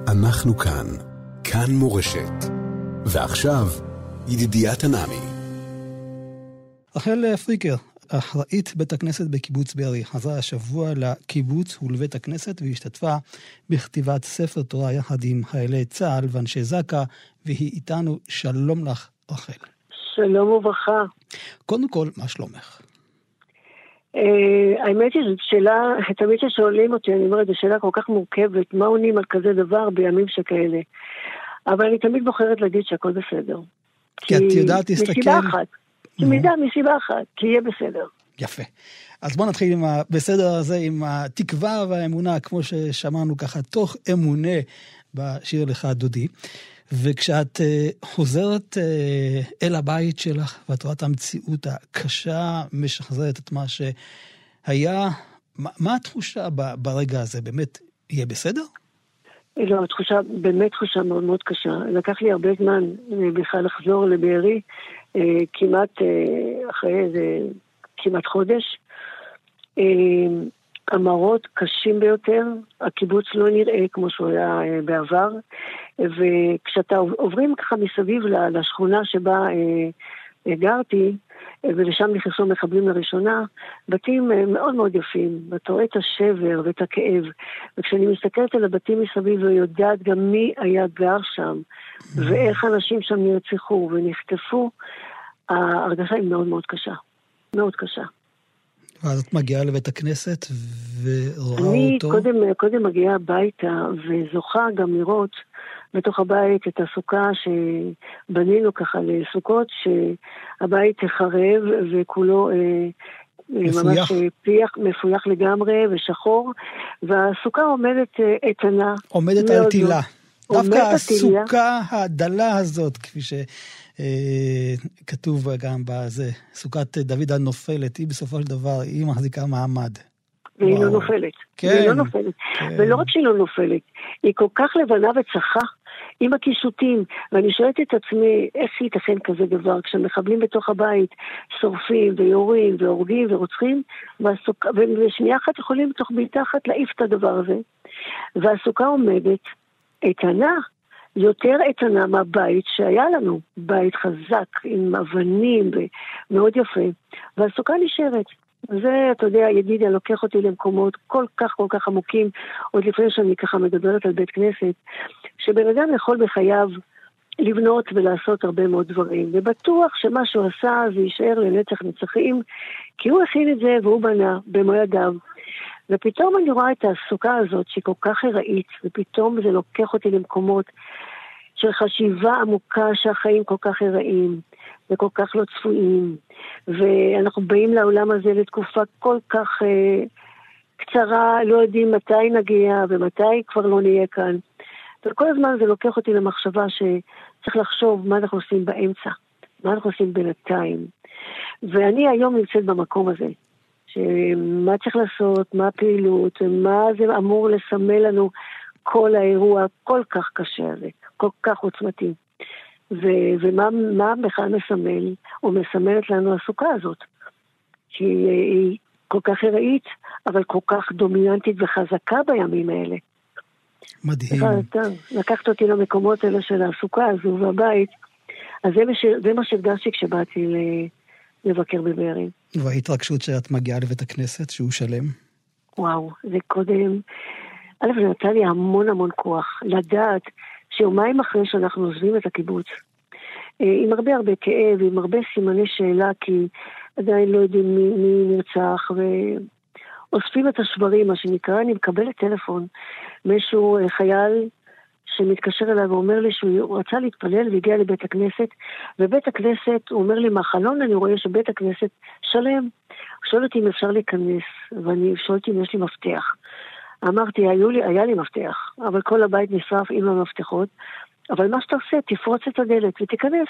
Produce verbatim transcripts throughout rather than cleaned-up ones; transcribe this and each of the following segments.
אנחנו כאן, כאן מורשת. ועכשיו, ידידיית הנעמי. רחל פריקר, אחראית בית הכנסת בקיבוץ בארי, חזרה השבוע לקיבוץ ולבית הכנסת והשתתפה בכתיבת ספר תורה יחד עם חיילי צה"ל ואנשי זק"א, והיא איתנו. שלום לך, רחל. שלום וברכה. קודם כל, מה שלומך? האמת היא, זאת שאלה, תמיד ששואלים אותי, אני אומרת, זו שאלה כל כך מורכבת, מה עונים על כזה דבר בימים שכאלה? אבל אני תמיד בוחרת להגיד שהכל בסדר. כי את יודעת להסתכל... מסיבה אחת. תמידה מסיבה אחת, כי יהיה בסדר. יפה. אז בוא נתחיל עם בסדר הזה, עם התקווה והאמונה, כמו ששמענו ככה, תוך אמונה בשיר לך דודי. וכשאת uh, חוזרת uh, אל הבית שלך, ואת רואה את המציאות הקשה, משחזרת את מה שהיה, מה, מה התחושה ב, ברגע הזה? באמת יהיה בסדר? לא, התחושה, באמת תחושה מאוד מאוד קשה. לקח לי הרבה זמן בכלל לחזור לבארי, uh, כמעט uh, אחרי איזה, כמעט חודש. Uh, המראות קשים ביותר, הקיבוץ לא נראה כמו שהוא היה uh, בעבר, וכשאתה עוברים ככה מסביב לשכונה שבה אה, גרתי, ולשם נכנסו מחבלים לראשונה, בתים אה, מאוד מאוד יפים, ואתה רואה את השבר ואת הכאב, וכשאני מסתכלת על הבתים מסביב ויודעת גם מי היה גר שם, ואיך אנשים שם נרצחו ונחטפו, ההרגשה היא מאוד מאוד קשה, מאוד קשה. ואז את מגיעה לבית הכנסת ורואה אני אותו? אני קודם, קודם מגיעה הביתה וזוכה גם לראות בתוך הבית את הסוכה שבנינו ככה לסוכות, שהבית חרב וכולו אה, ממש פיח, מפויח לגמרי ושחור, והסוכה עומדת אה, איתנה. עומדת על תילה. דווקא הסוכה הדלה הזאת, כפי שכתוב גם בזה, סוכת דוד הנופלת, היא בסופו של דבר, היא מחזיקה מעמד. והיא לא נופלת. כן. והיא לא נופלת. כן. ולא רק שהיא לא נופלת, היא כל כך לבנה וצחה, עם הקישוטים, ואני שואלת את עצמי, איך ייתכן כזה דבר, כשמחבלים בתוך הבית, שורפים ויורים והורגים ורוצחים, והסוכה, ובשנייה אחת יכולים בתוך בעיטה אחת להעיף את הדבר הזה, והסוכה עומדת איתנה, יותר איתנה מהבית שהיה לנו, בית חזק עם אבנים ומאוד יפה, והסוכה נשארת. זה, אתה יודע, ידידיה לוקח אותי למקומות כל כך כל כך עמוקים, עוד לפני שאני ככה מדברת על בית כנסת, שבן אדם יכול בחייו לבנות ולעשות הרבה מאוד דברים, ובטוח שמה שהוא עשה זה יישאר לנצח נצחים, כי הוא הכין את זה והוא בנה במו ידיו. ופתאום אני רואה את הסוכה הזאת שהיא כל כך הראית, ופתאום זה לוקח אותי למקומות של חשיבה עמוקה שהחיים כל כך הראים, וכל כך לא צפויים, ואנחנו באים לעולם הזה לתקופה כל כך אה, קצרה, לא יודעים מתי נגיע ומתי כבר לא נהיה כאן. וכל הזמן זה לוקח אותי למחשבה שצריך לחשוב מה אנחנו עושים באמצע, מה אנחנו עושים בינתיים. ואני היום נמצאת במקום הזה, שמה צריך לעשות, מה הפעילות, מה זה אמור לסמל לנו כל האירוע כל כך קשה הזה, כל כך עוצמתי. ו- ומה מה בכלל מסמל, או מסמלת לנו הסוכה הזאת, שהיא היא כל כך הראית, אבל כל כך דומיננטית וחזקה בימים האלה. מדהים. לקחת אותי למקומות האלה של הסוכה הזו והבית, אז זה, מש, זה מה שהרגשתי כשבאתי לבקר בבארי. וההתרגשות שאת מגיעה לבית הכנסת, שהוא שלם? וואו, זה קודם, א', זה נתן לי המון המון כוח, לדעת שיומיים אחרי שאנחנו עוזבים את הקיבוץ, עם הרבה הרבה כאב, עם הרבה סימני שאלה, כי עדיין לא יודעים מי, מי נרצח, ואוספים את השברים, מה שנקרא, אני מקבלת טלפון, מישהו, חייל, שמתקשר אליי ואומר לי שהוא רצה להתפלל והגיע לבית הכנסת, ובית הכנסת, הוא אומר לי, מהחלון אני רואה שבית הכנסת שלם. הוא שואל אותי אם אפשר להיכנס, ואני שואלתי אם יש לי מפתח. אמרתי, לי, היה לי מפתח, אבל כל הבית נשרף עם המפתחות, אבל מה שאתה עושה, תפרוץ את הדלת ותיכנס.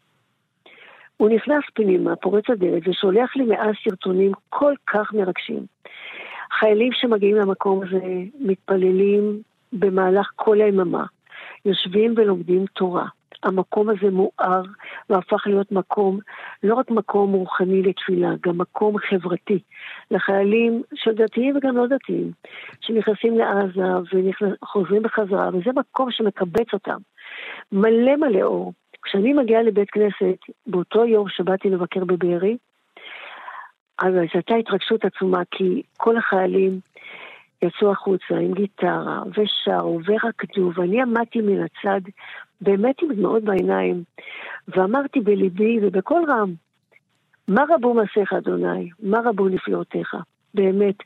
הוא נכנס פנימה, פורץ הדלת, ושולח לי מאז סרטונים כל כך מרגשים. חיילים שמגיעים למקום הזה, מתפללים במהלך כל היממה, יושבים ולומדים תורה. המקום הזה מואר והפך להיות מקום, לא רק מקום רוחני לתפילה, גם מקום חברתי, לחיילים של דתיים וגם לא דתיים, שנכנסים לעזה וחוזרים בחזרה, וזה מקום שמקבץ אותם, מלא מלא אור. כשאני מגיעה לבית כנסת, באותו יום שבאתי לבקר בבארי, אז הייתה התרגשות עצומה, כי כל החיילים יצאו החוצה עם גיטרה ושרו ורקדו, ואני עמדתי מן הצד, באמת עם דמעות בעיניים, ואמרתי בליבי ובכל רם, מה רבו מעשיך אדוני, מה רבו נפלאותיך, באמת.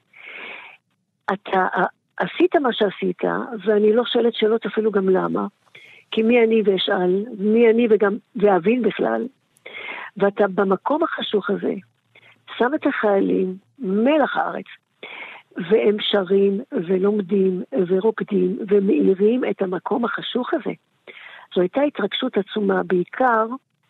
אתה עשית מה שעשית, ואני לא שואלת שאלות אפילו גם למה, כי מי אני ואשאל, מי אני וגם ואבין בכלל, ואתה במקום החשוך הזה, שם את החיילים מלח הארץ, והם שרים ולומדים ורוקדים ומאירים את המקום החשוך הזה. זו הייתה התרגשות עצומה, בעיקר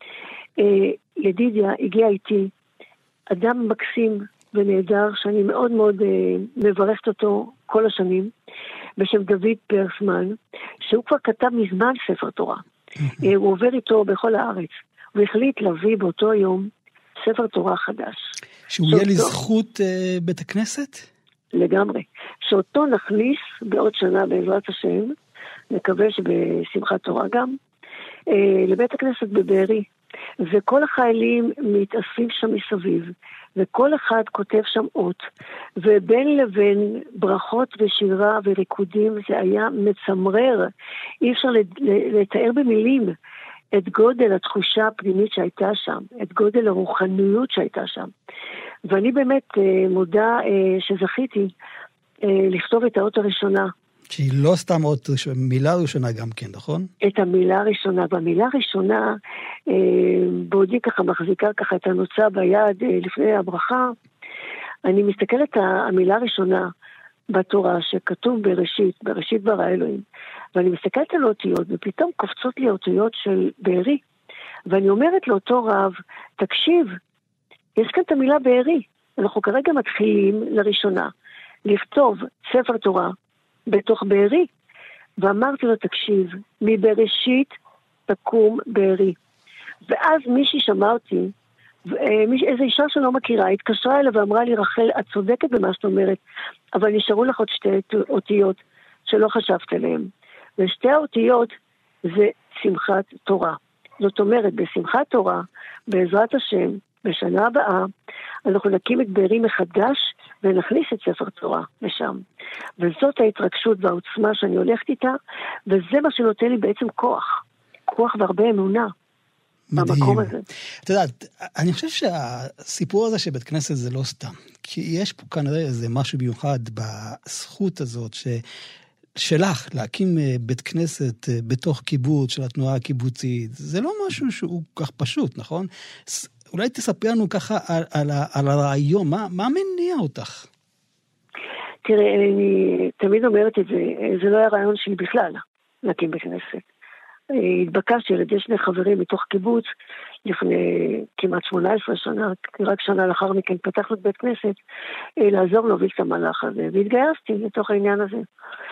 אה, ידידיה הגיע איתי, אדם מקסים ונהדר, שאני מאוד מאוד אה, מברכת אותו כל השנים, בשם דוד פרסמן, שהוא כבר כתב מזמן ספר תורה. אה, הוא עובר איתו בכל הארץ, הוא החליט להביא באותו יום ספר תורה חדש. שהוא יהיה לזכות אה, בית הכנסת? לגמרי. שאותו נכניס בעוד שנה בעזרת השם, נקווה שבשמחת תורה גם, אה, לבית הכנסת בבארי. וכל החיילים מתאספים שם מסביב, וכל אחד כותב שם אות, ובין לבין ברכות ושירה וריקודים, זה היה מצמרר. אי אפשר לתאר במילים את גודל התחושה הפנימית שהייתה שם, את גודל הרוחניות שהייתה שם. ואני באמת מודה שזכיתי לכתוב את האות הראשונה. שהיא לא סתם אות ראשונה, מילה ראשונה גם כן, נכון? את המילה הראשונה. והמילה הראשונה, בעודי ככה מחזיקה ככה את הנוצה ביד לפני הברכה, אני מסתכלת המילה הראשונה בתורה שכתוב בראשית, בראשית ברא אלוהים, ואני מסתכלת על אותיות, ופתאום קופצות לי אותיות של בארי, ואני אומרת לאותו רב, תקשיב, יש כאן את המילה בארי, אנחנו כרגע מתחילים לראשונה, לכתוב ספר תורה בתוך בארי, ואמרתי לו, תקשיב, מבראשית תקום בארי. ואז מישהי שמע אותי, איזו אישה שלא מכירה, התקשרה אליו ואמרה לי, רחל, את צודקת במה שאת אומרת, אבל נשארו לך עוד שתי אותיות שלא חשבת עליהן. ושתי האותיות זה שמחת תורה. זאת אומרת, בשמחת תורה, בעזרת השם, בשנה הבאה, אנחנו נקים את בארי מחדש, ונכניס את ספר תורה לשם. וזאת ההתרגשות והעוצמה שאני הולכת איתה, וזה מה שנותן לי בעצם כוח. כוח והרבה אמונה. במקום הזה. את יודעת, אני חושב שהסיפור הזה שבית כנסת זה לא סתם. כי יש פה כנראה איזה משהו מיוחד בזכות הזאת ש... שלך להקים בית כנסת בתוך קיבוץ של התנועה הקיבוצית. זה לא משהו שהוא כך פשוט, נכון? אולי תספר לנו ככה על, על, על הרעיון, מה, מה מניע אותך? תראה, אני תמיד אומרת את זה, זה לא היה רעיון שלי בכלל, להקים בית כנסת. התבקשתי על ידי שני חברים מתוך קיבוץ, לפני כמעט שמונה עשרה שנה, רק שנה לאחר מכן פתחנו את בית כנסת, לעזור להוביל את המהלך הזה, והתגייסתי לתוך העניין הזה.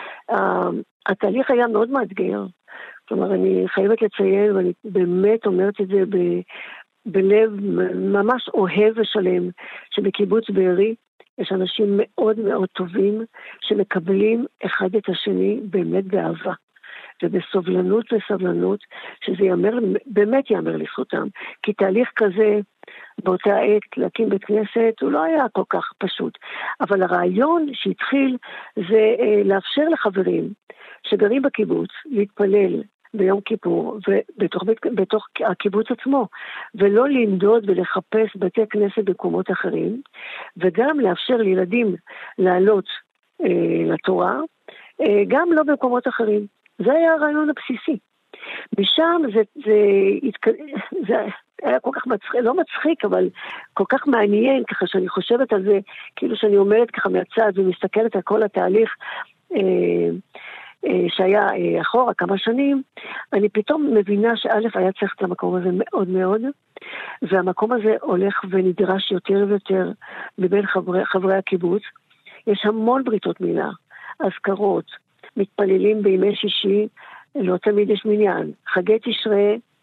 התהליך היה מאוד מאתגר, כלומר אני חייבת לציין, ואני באמת אומרת את זה ב... בלב ממש אוהב ושלם, שבקיבוץ בארי יש אנשים מאוד מאוד טובים, שמקבלים אחד את השני באמת באהבה, ובסובלנות וסבלנות, שזה יאמר, באמת יאמר לזכותם, כי תהליך כזה, באותה עת להקים בית כנסת, הוא לא היה כל כך פשוט, אבל הרעיון שהתחיל, זה אה, לאפשר לחברים, שגרים בקיבוץ, להתפלל, ביום כיפור, ובתוך בתוך הקיבוץ עצמו, ולא לנדוד ולחפש בתי כנסת במקומות אחרים, וגם לאפשר לילדים לעלות אה, לתורה, אה, גם לא במקומות אחרים. זה היה הרעיון הבסיסי. משם זה, זה, זה, זה היה כל כך מצחיק, לא מצחיק, אבל כל כך מעניין, ככה שאני חושבת על זה, כאילו שאני אומרת ככה מהצד, ומסתכלת על כל התהליך, אה, שהיה אחורה כמה שנים, אני פתאום מבינה שא' היה צריך את המקום הזה מאוד מאוד, והמקום הזה הולך ונדרש יותר ויותר מבין חברי, חברי הקיבוץ. יש המון בריתות מילה, אזכרות, מתפללים בימי שישי, לא תמיד יש מניין, חגי תשרה,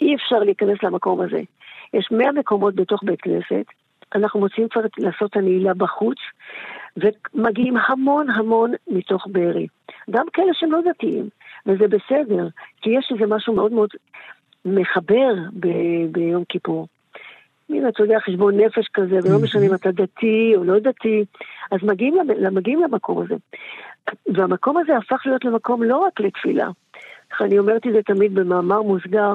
אי אפשר להיכנס למקום הזה. יש מאה מקומות בתוך בית כנסת, אנחנו מוצאים כבר לעשות הנעילה בחוץ, ומגיעים המון המון מתוך בארי. גם כאלה שהם לא דתיים, וזה בסדר, כי יש איזה משהו מאוד מאוד מחבר ב- ביום כיפור. הנה, אתה יודע, חשבון נפש כזה, ולא משנה אם אתה דתי או לא דתי, אז מגיעים, מגיעים למקום הזה. והמקום הזה הפך להיות למקום לא רק לתפילה. אני אומרת את זה תמיד במאמר מוסגר,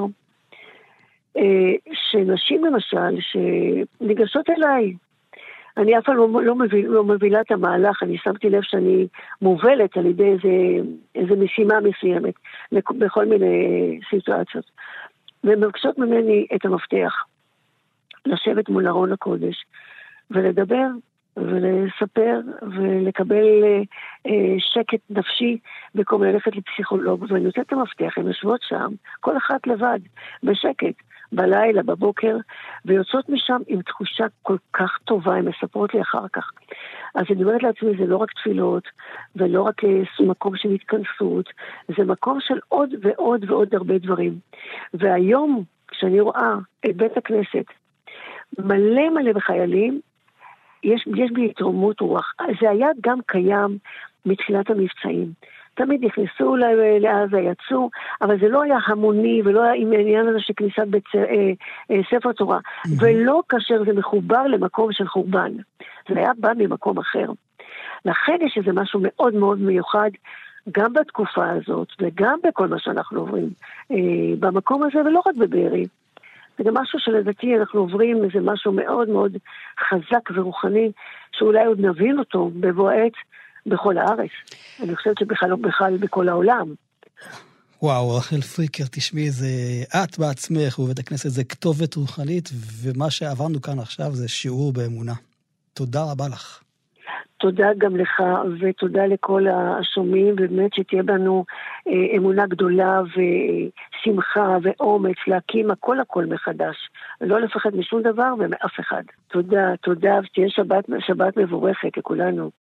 שנשים למשל, שניגשות אליי, אני אף פעם לא, לא, מביל, לא מבילה את המהלך, אני שמתי לב שאני מובלת על ידי איזה, איזה משימה מסוימת, בכל מיני סיטואציות. והן מבקשות ממני את המפתח, לשבת מול ארון הקודש, ולדבר, ולספר, ולקבל אה, שקט נפשי, במקום ללכת לפסיכולוג, ואני יוצאת את המפתח, הן יושבות שם, כל אחת לבד, בשקט, בלילה, בבוקר, ויוצאות משם עם תחושה כל כך טובה, הן מספרות לי אחר כך. אז אני אומרת לעצמי, זה לא רק תפילות, ולא רק מקום של התכנסות, זה מקום של עוד ועוד ועוד הרבה דברים. והיום, כשאני רואה את בית הכנסת, מלא מלא בחיילים, יש, יש בי התרומות רוח. זה היה גם קיים מתחילת המבצעים. תמיד נכנסו לעזה, יצאו, אבל זה לא היה המוני, ולא היה עם העניין הזה של כניסת בית, אה, אה, ספר תורה, mm-hmm. ולא כאשר זה מחובר למקום של חורבן. זה היה בא ממקום אחר. לכן יש איזה משהו מאוד מאוד מיוחד, גם בתקופה הזאת, וגם בכל מה שאנחנו עוברים, אה, במקום הזה, ולא רק בבארי. זה גם משהו שלדעתי אנחנו עוברים, זה משהו מאוד מאוד חזק ורוחני, שאולי עוד נבין אותו בבוא עת בכל הארץ. אני חושבת שבכלל לא בכלל בכל העולם. וואו, רחל פריקר, תשמעי, זה את בעצמך ובית הכנסת זה כתובת רוחנית, ומה שעברנו כאן עכשיו זה שיעור באמונה. תודה רבה לך. תודה גם לך, ותודה לכל השומעים, באמת שתהיה בנו אה, אמונה גדולה ושמחה ואומץ להקים הכל הכל מחדש. לא לפחד משום דבר ומאף אחד. תודה, תודה, ותהיה שבת, שבת מבורכת לכולנו.